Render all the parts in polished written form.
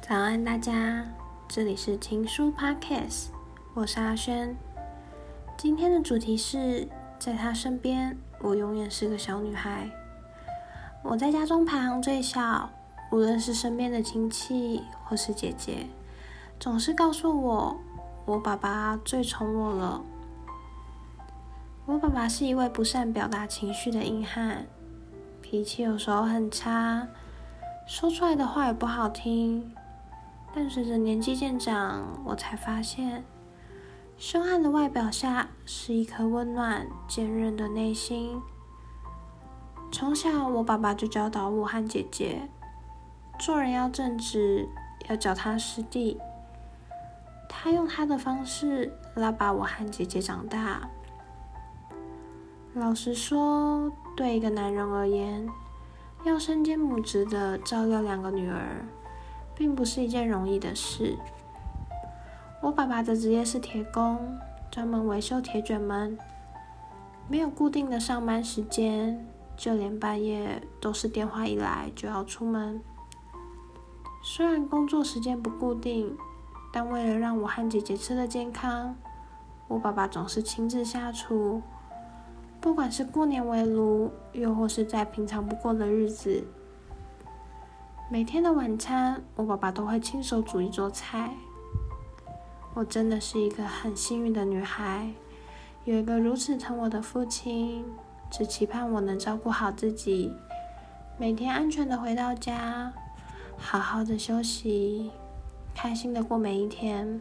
早安大家，这里是情书 Podcast， 我是阿轩。今天的主题是在他身边，我永远是个小女孩。我在家中排行最小，无论是身边的亲戚或是姐姐，总是告诉我爸爸最宠我了。我爸爸是一位不善表达情绪的硬汉，脾气有时候很差，说出来的话也不好听。但随着年纪渐长，我才发现，凶悍的外表下是一颗温暖、坚韧的内心。从小，我爸爸就教导我和姐姐，做人要正直，要脚踏实地。他用他的方式拉拔我和姐姐长大。老实说，对一个男人而言，要身兼母职的照料2个女儿，并不是一件容易的事。我爸爸的职业是铁工，专门维修铁卷门，没有固定的上班时间，就连半夜都是电话一来就要出门。虽然工作时间不固定，但为了让我和姐姐吃得健康，我爸爸总是亲自下厨。不管是过年围炉，又或是在平常不过的日子，每天的晚餐，我爸爸都会亲手煮一桌菜。我真的是一个很幸运的女孩，有一个如此疼我的父亲，只期盼我能照顾好自己，每天安全的回到家，好好的休息，开心的过每一天。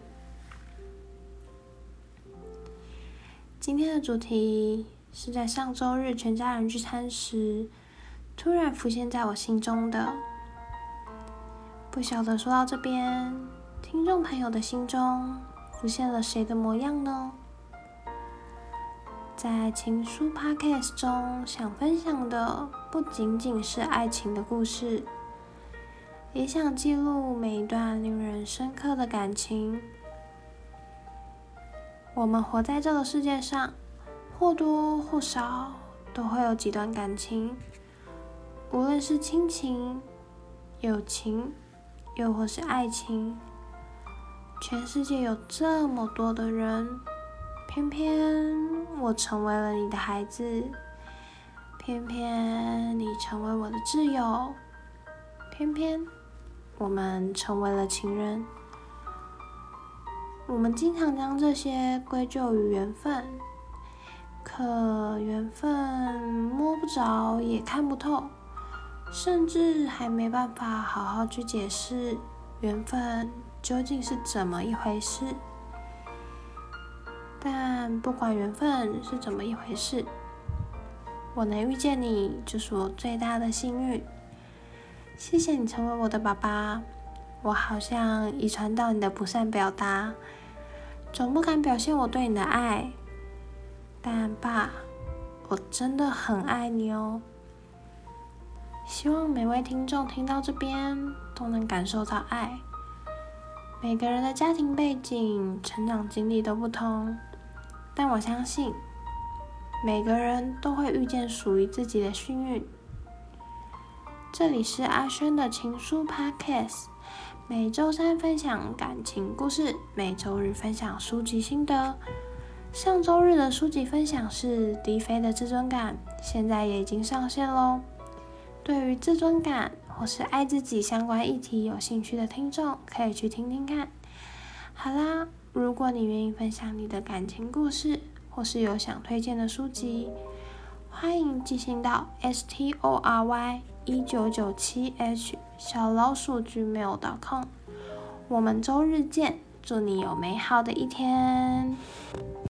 今天的主题是在上周日全家人聚餐时，突然浮现在我心中的。不晓得说到这边，听众朋友的心中浮现了谁的模样呢？在情书 Podcast 中，想分享的不仅仅是爱情的故事，也想记录每一段令人深刻的感情。我们活在这个世界上，或多或少都会有几段感情，无论是亲情、友情，又或是爱情。全世界有这么多的人，偏偏我成为了你的孩子，偏偏你成为我的挚友，偏偏我们成为了情人。我们经常将这些归咎于缘分，可缘分摸不着也看不透，甚至还没办法好好去解释缘分究竟是怎么一回事。但不管缘分是怎么一回事，我能遇见你就是我最大的幸运。谢谢你成为我的爸爸，我好像遗传到你的不善表达，总不敢表现我对你的爱，但爸，我真的很爱你哦。希望每位听众听到这边都能感受到爱。每个人的家庭背景、成长经历都不同，但我相信每个人都会遇见属于自己的幸运。这里是阿轩的情书 Podcast， 每周3分享感情故事，每周日分享书籍心得。上周日的书籍分享是低飞的自尊感，现在也已经上线咯。对于自尊感或是爱自己相关议题有兴趣的听众，可以去听听看。好啦，如果你愿意分享你的感情故事，或是有想推荐的书籍，欢迎寄信到 story1997h@gmail.com。我们周日见，祝你有美好的一天。